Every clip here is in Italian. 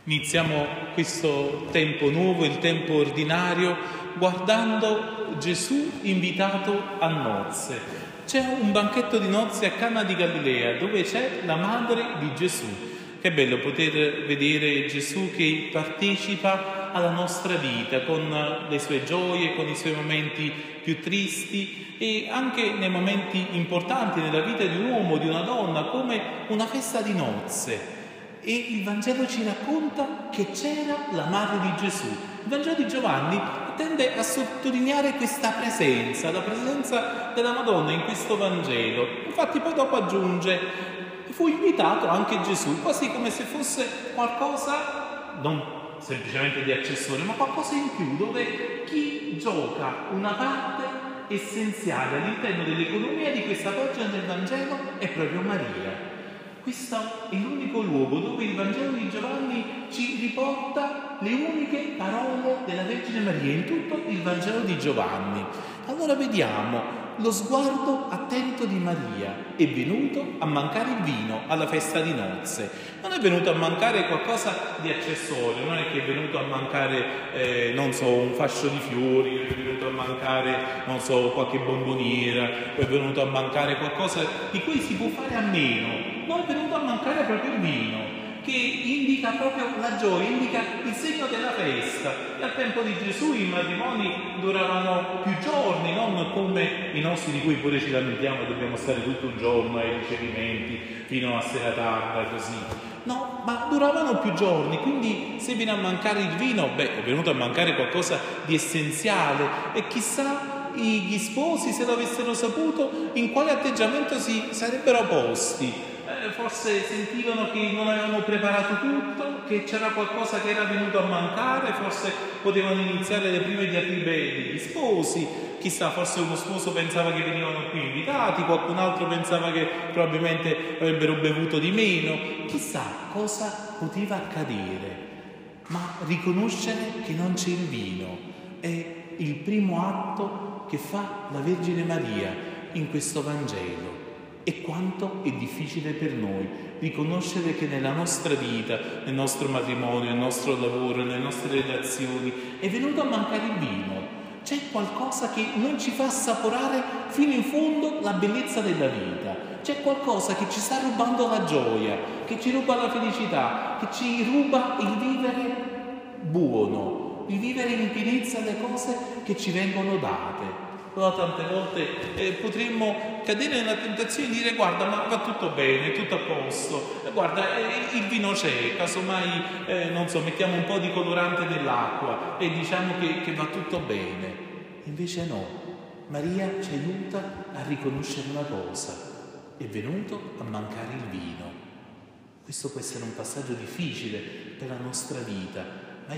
Iniziamo questo tempo nuovo, il tempo ordinario, guardando Gesù invitato a nozze. C'è un banchetto di nozze a Cana di Galilea dove c'è la madre di Gesù. Che bello poter vedere Gesù che partecipa alla nostra vita con le sue gioie, con i suoi momenti più tristi e anche nei momenti importanti nella vita di un uomo, di una donna, come una festa di nozze. E il Vangelo ci racconta che c'era la madre di Gesù. Il Vangelo di Giovanni tende a sottolineare questa presenza, la presenza della Madonna in questo Vangelo. Infatti poi dopo aggiunge: fu invitato anche Gesù, quasi come se fosse qualcosa, non semplicemente di accessorio, ma qualcosa in più, dove chi gioca una parte essenziale all'interno dell'economia di questa pagina del Vangelo è proprio Maria. Questo è l'unico luogo dove il Vangelo di Giovanni ci riporta le uniche parole della Vergine Maria in tutto il Vangelo di Giovanni. Allora vediamo lo sguardo attento di Maria. È venuto a mancare il vino alla festa di nozze. Non è venuto a mancare qualcosa di accessorio, non è che è venuto a mancare, un fascio di fiori, è venuto a mancare, qualche bomboniera, è venuto a mancare qualcosa di cui si può fare a meno. Non è venuto a mancare proprio il vino, che indica proprio la gioia, indica il segno della festa. E al tempo di Gesù i matrimoni duravano più giorni, non come i nostri di cui pure ci lamentiamo, dobbiamo stare tutto un giorno ai ricevimenti fino a sera tarda, così. No, ma duravano più giorni, quindi se viene a mancare il vino, è venuto a mancare qualcosa di essenziale e chissà gli sposi, se l'avessero saputo, in quale atteggiamento si sarebbero posti. Forse sentivano che non avevano preparato tutto, che c'era qualcosa che era venuto a mancare, forse potevano iniziare le prime diatribe degli sposi, chissà, forse uno sposo pensava che venivano più invitati, qualcun altro pensava che probabilmente avrebbero bevuto di meno, chissà cosa poteva accadere, ma riconoscere che non c'è il vino è il primo atto che fa la Vergine Maria in questo Vangelo. E quanto è difficile per noi riconoscere che nella nostra vita, nel nostro matrimonio, nel nostro lavoro, nelle nostre relazioni è venuto a mancare il vino. C'è qualcosa che non ci fa assaporare fino in fondo la bellezza della vita. C'è qualcosa che ci sta rubando la gioia, che ci ruba la felicità, che ci ruba il vivere buono, il vivere in pienezza le cose che ci vengono date. Allora tante volte potremmo cadere nella tentazione di dire: guarda, ma va tutto bene, tutto a posto, guarda, il vino c'è, casomai mettiamo un po' di colorante nell'acqua e diciamo che va tutto bene. Invece no, Maria ci aiuta a riconoscere una cosa: è venuto a mancare il vino. Questo può essere un passaggio difficile per la nostra vita, ma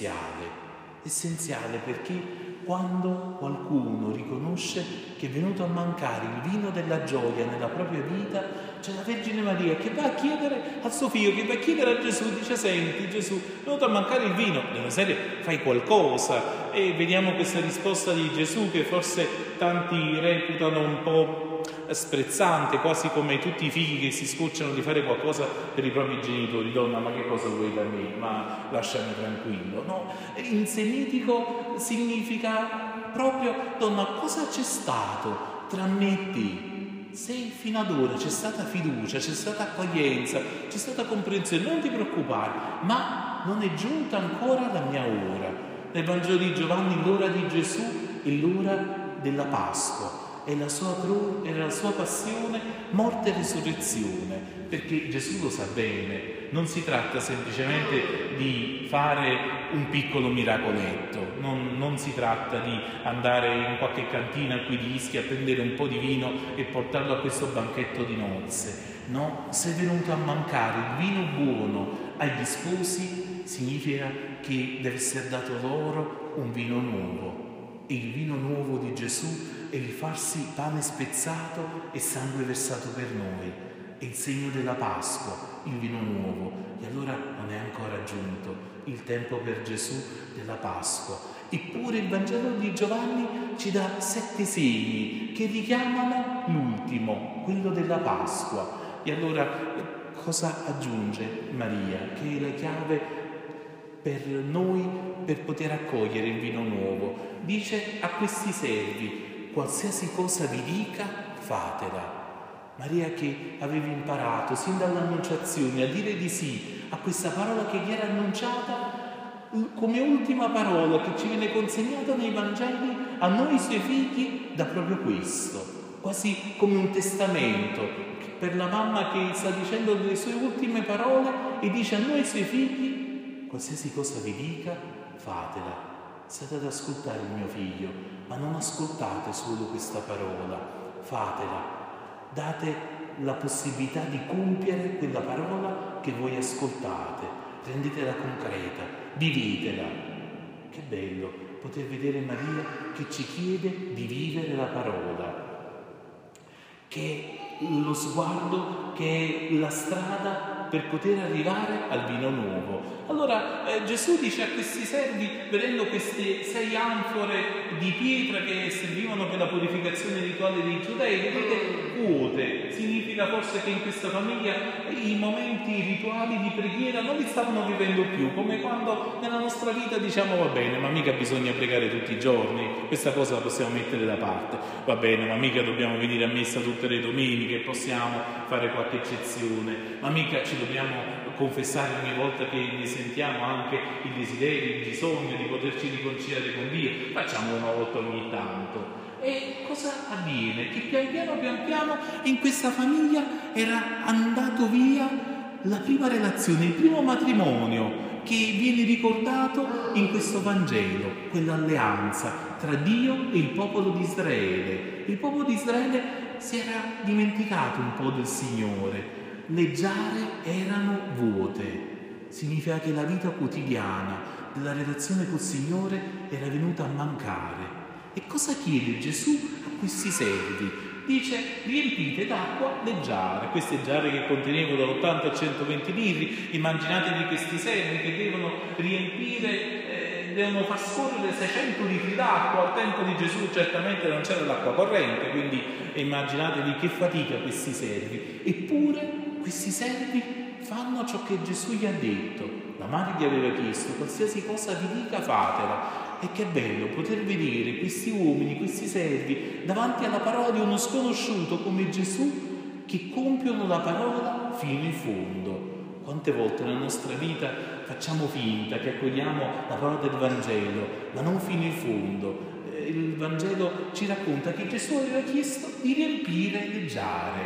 essenziale perché quando qualcuno riconosce che è venuto a mancare il vino della gioia nella propria vita, c'è la Vergine Maria che va a chiedere al suo figlio, che va a chiedere a Gesù, dice: senti Gesù, è venuto a mancare il vino, nella serie fai qualcosa. E vediamo questa risposta di Gesù che forse tanti reputano un po' sprezzante, quasi come tutti i figli che si scocciano di fare qualcosa per i propri genitori. Donna, ma che cosa vuoi da me? Ma lasciami tranquillo. No, in semitico significa proprio: donna, cosa c'è stato tra me e te? Se fino ad ora c'è stata fiducia, c'è stata accoglienza, c'è stata comprensione, non ti preoccupare, ma non è giunta ancora la mia ora. Nel Vangelo di Giovanni l'ora di Gesù è l'ora della Pasqua. È la sua passione, morte e risurrezione, perché Gesù lo sa bene, non si tratta semplicemente di fare un piccolo miracoletto, non si tratta di andare in qualche cantina a cui di Ischia a prendere un po' di vino e portarlo a questo banchetto di nozze. No, se è venuto a mancare il vino buono agli sposi, significa che deve essere dato loro un vino nuovo. E il vino nuovo di Gesù è il farsi pane spezzato e sangue versato per noi. È il segno della Pasqua, il vino nuovo. E allora non è ancora giunto il tempo per Gesù della Pasqua. Eppure il Vangelo di Giovanni ci dà 7 segni che richiamano l'ultimo, quello della Pasqua. E allora cosa aggiunge Maria? Che è la chiave per noi, per poter accogliere il vino nuovo. Dice a questi servi: qualsiasi cosa vi dica, fatela. Maria, che avevi imparato sin dall'annunciazione a dire di sì a questa parola che gli era annunciata come ultima parola che ci viene consegnata nei Vangeli, a noi suoi figli dà proprio questo, quasi come un testamento per la mamma che sta dicendo le sue ultime parole e dice a noi suoi figli: qualsiasi cosa vi dica, fatela. State ad ascoltare il mio figlio, ma non ascoltate solo questa parola, fatela. Date la possibilità di compiere quella parola che voi ascoltate, rendetela concreta, vivetela. Che bello poter vedere Maria che ci chiede di vivere la parola, che è lo sguardo, che è la strada per poter arrivare al vino nuovo. Allora Gesù dice a questi servi, vedendo queste 6 anfore di pietra che servivano per la purificazione rituale dei giudei, vedete, vuote, significa forse che in questa famiglia i momenti rituali di preghiera non li stavano vivendo più, come quando nella nostra vita diciamo: va bene, ma mica bisogna pregare tutti i giorni, questa cosa la possiamo mettere da parte, va bene, ma mica dobbiamo venire a messa tutte le domeniche, possiamo fare qualche eccezione, ma mica ci dobbiamo confessare ogni volta che ne sentiamo anche il desiderio, il bisogno di poterci riconciliare con Dio, facciamo una volta ogni tanto. E cosa avviene? Che pian piano in questa famiglia era andato via la prima relazione, il primo matrimonio che viene ricordato in questo Vangelo, quell'alleanza tra Dio e il popolo di Israele. Il popolo di Israele si era dimenticato un po' del Signore, le giare erano vuote, significa che la vita quotidiana della relazione col Signore era venuta a mancare. E cosa chiede Gesù a questi servi? Dice: riempite d'acqua le giare, queste giare che contenevano da 80 a 120 litri. Immaginatevi questi servi che devono riempire, devono far scorrere 600 litri d'acqua. Al tempo di Gesù certamente non c'era l'acqua corrente, quindi immaginatevi che fatica questi servi. Eppure questi servi fanno ciò che Gesù gli ha detto. La madre gli aveva chiesto: qualsiasi cosa vi dica, fatela. E che bello poter vedere questi uomini, questi servi, davanti alla parola di uno sconosciuto come Gesù, che compiono la parola fino in fondo. Quante volte nella nostra vita facciamo finta che accogliamo la parola del Vangelo, ma non fino in fondo. Il Vangelo ci racconta che Gesù aveva chiesto di riempire le giare.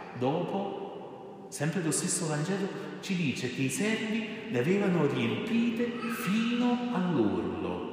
Dopo, sempre lo stesso Vangelo ci dice che i servi le avevano riempite fino all'orlo.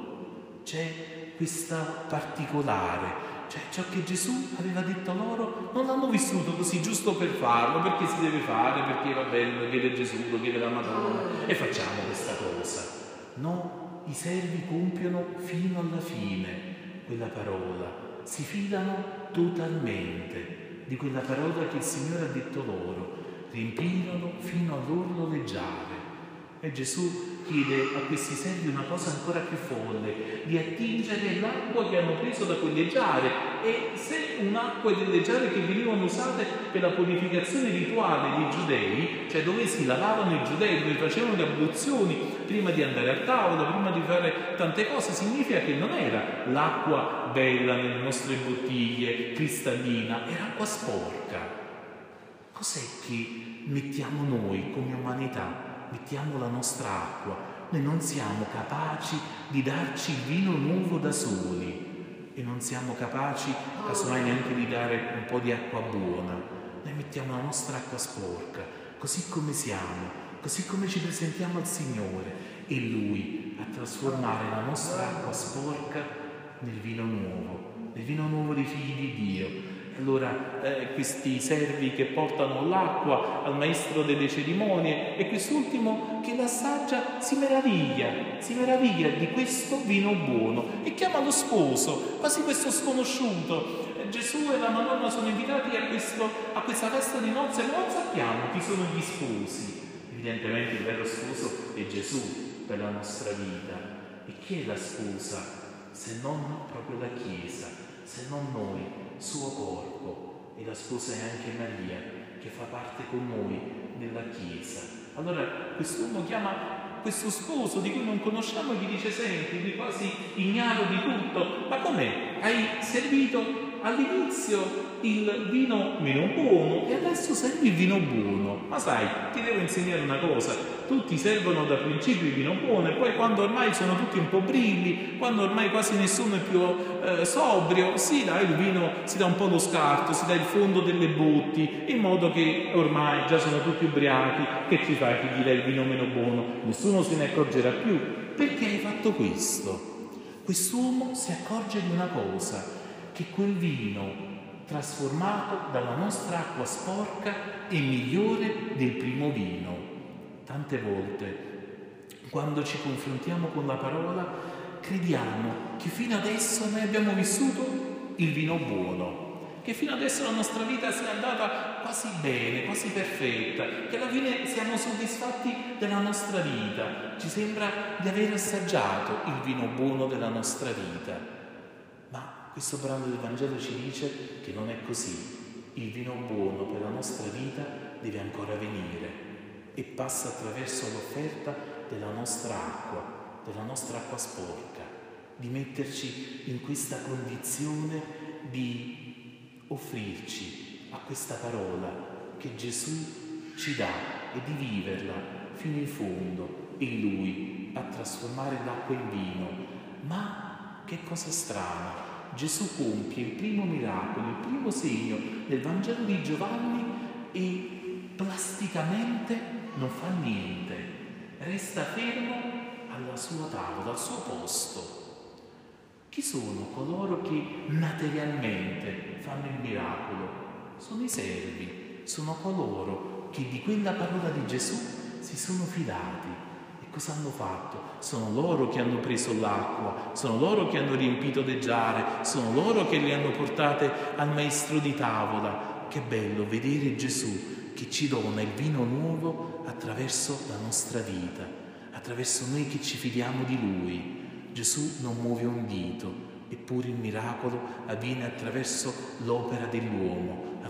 C'è questa particolare, cioè ciò che Gesù aveva detto loro non l'hanno vissuto così giusto per farlo, perché si deve fare, perché va bene, lo chiede Gesù, lo chiede la Madonna e facciamo questa cosa. No, i servi compiono fino alla fine quella parola, si fidano totalmente di quella parola che il Signore ha detto loro, riempirono fino all'orlo le giare. E Gesù chiede a questi servi una cosa ancora più folle: di attingere l'acqua che hanno preso da quelle giare. E se un'acqua delle giare che venivano usate per la purificazione rituale dei giudei, cioè dove si lavavano i giudei, dove facevano le abluzioni prima di andare a tavola, prima di fare tante cose, significa che non era l'acqua bella nelle nostre bottiglie, cristallina, era acqua sporca. Cos'è che mettiamo noi come umanità? Mettiamo la nostra acqua. Noi non siamo capaci di darci il vino nuovo da soli e non siamo capaci casomai neanche di dare un po' di acqua buona. Noi mettiamo la nostra acqua sporca, così come siamo, così come ci presentiamo al Signore, e Lui a trasformare la nostra acqua sporca nel vino nuovo dei figli di Dio. Allora questi servi che portano l'acqua al maestro delle cerimonie, e quest'ultimo che l'assaggia si meraviglia di questo vino buono e chiama lo sposo, quasi questo sconosciuto. Gesù e la Madonna sono invitati a questa festa di nozze, ma non sappiamo chi sono gli sposi. Evidentemente il vero sposo è Gesù per la nostra vita. E chi è la sposa se non proprio la Chiesa, se non noi, suo corpo? E la sposa è anche Maria, che fa parte con noi della Chiesa. Allora quest'uomo chiama questo sposo di cui non conosciamo gli dice: senti, quasi ignaro di tutto, ma com'è? Hai servito all'inizio il vino meno buono e adesso servi il vino buono. Ma sai, ti devo insegnare una cosa: tutti servono da principio il vino buono e poi quando ormai sono tutti un po' brilli, quando ormai quasi nessuno è più sobrio, si dà il vino, si dà un po' lo scarto, si dà il fondo delle botti, in modo che ormai già sono tutti ubriachi. Che ci fai che gli dai il vino meno buono? Nessuno se ne accorgerà più. Perché hai fatto questo? Quest'uomo si accorge di una cosa, che quel vino trasformato dalla nostra acqua sporca è migliore del primo vino. Tante volte, quando ci confrontiamo con la parola, crediamo che fino adesso noi abbiamo vissuto il vino buono, che fino adesso la nostra vita sia andata quasi bene, quasi perfetta, che alla fine siamo soddisfatti della nostra vita, ci sembra di aver assaggiato il vino buono della nostra vita. Ma questo brano del Vangelo ci dice che non è così. Il vino buono per la nostra vita deve ancora venire e passa attraverso l'offerta della nostra acqua sporca, di metterci in questa condizione di offrirci a questa parola che Gesù ci dà e di viverla fino in fondo in Lui, a trasformare l'acqua in vino. Ma che cosa strana! Gesù compie il primo miracolo, il primo segno del Vangelo di Giovanni e plasticamente non fa niente, resta fermo alla sua tavola, al suo posto. Chi sono coloro che materialmente fanno il miracolo? Sono i servi, sono coloro che di quella parola di Gesù si sono fidati. E cosa hanno fatto? Sono loro che hanno preso l'acqua, sono loro che hanno riempito le giare, sono loro che le hanno portate al maestro di tavola. Che bello vedere Gesù che ci dona il vino nuovo attraverso la nostra vita, attraverso noi che ci fidiamo di Lui. Gesù non muove un dito, eppure il miracolo avviene attraverso l'opera dell'uomo,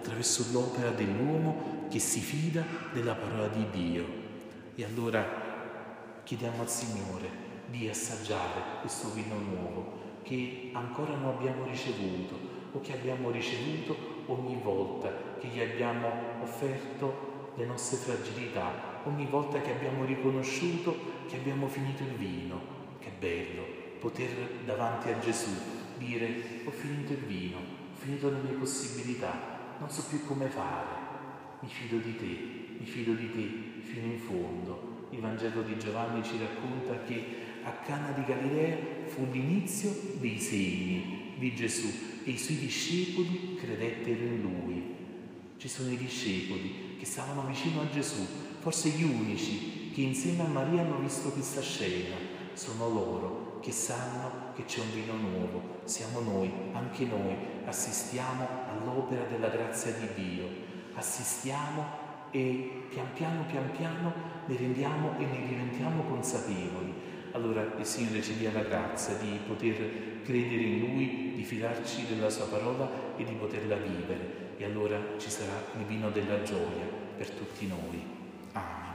che si fida della parola di Dio. E allora chiediamo al Signore di assaggiare questo vino nuovo che ancora non abbiamo ricevuto o che abbiamo ricevuto ogni volta che gli abbiamo offerto le nostre fragilità, ogni volta che abbiamo riconosciuto che abbiamo finito il vino. Che bello poter davanti a Gesù dire: ho finito il vino, ho finito le mie possibilità, non so più come fare, mi fido di te fino in fondo. Il Vangelo di Giovanni ci racconta che a Cana di Galilea fu l'inizio dei segni di Gesù e i suoi discepoli credettero in Lui. Ci sono i discepoli che stavano vicino a Gesù, forse gli unici che insieme a Maria hanno visto questa scena. Sono loro che sanno che c'è un vino nuovo. Siamo noi, anche noi, assistiamo all'opera della grazia di Dio, assistiamo e pian piano ne rendiamo e ne diventiamo consapevoli. Allora il Signore ci dia la grazia di poter credere in Lui, di fidarci della Sua parola e di poterla vivere. E allora ci sarà il vino della gioia per tutti noi. Amen.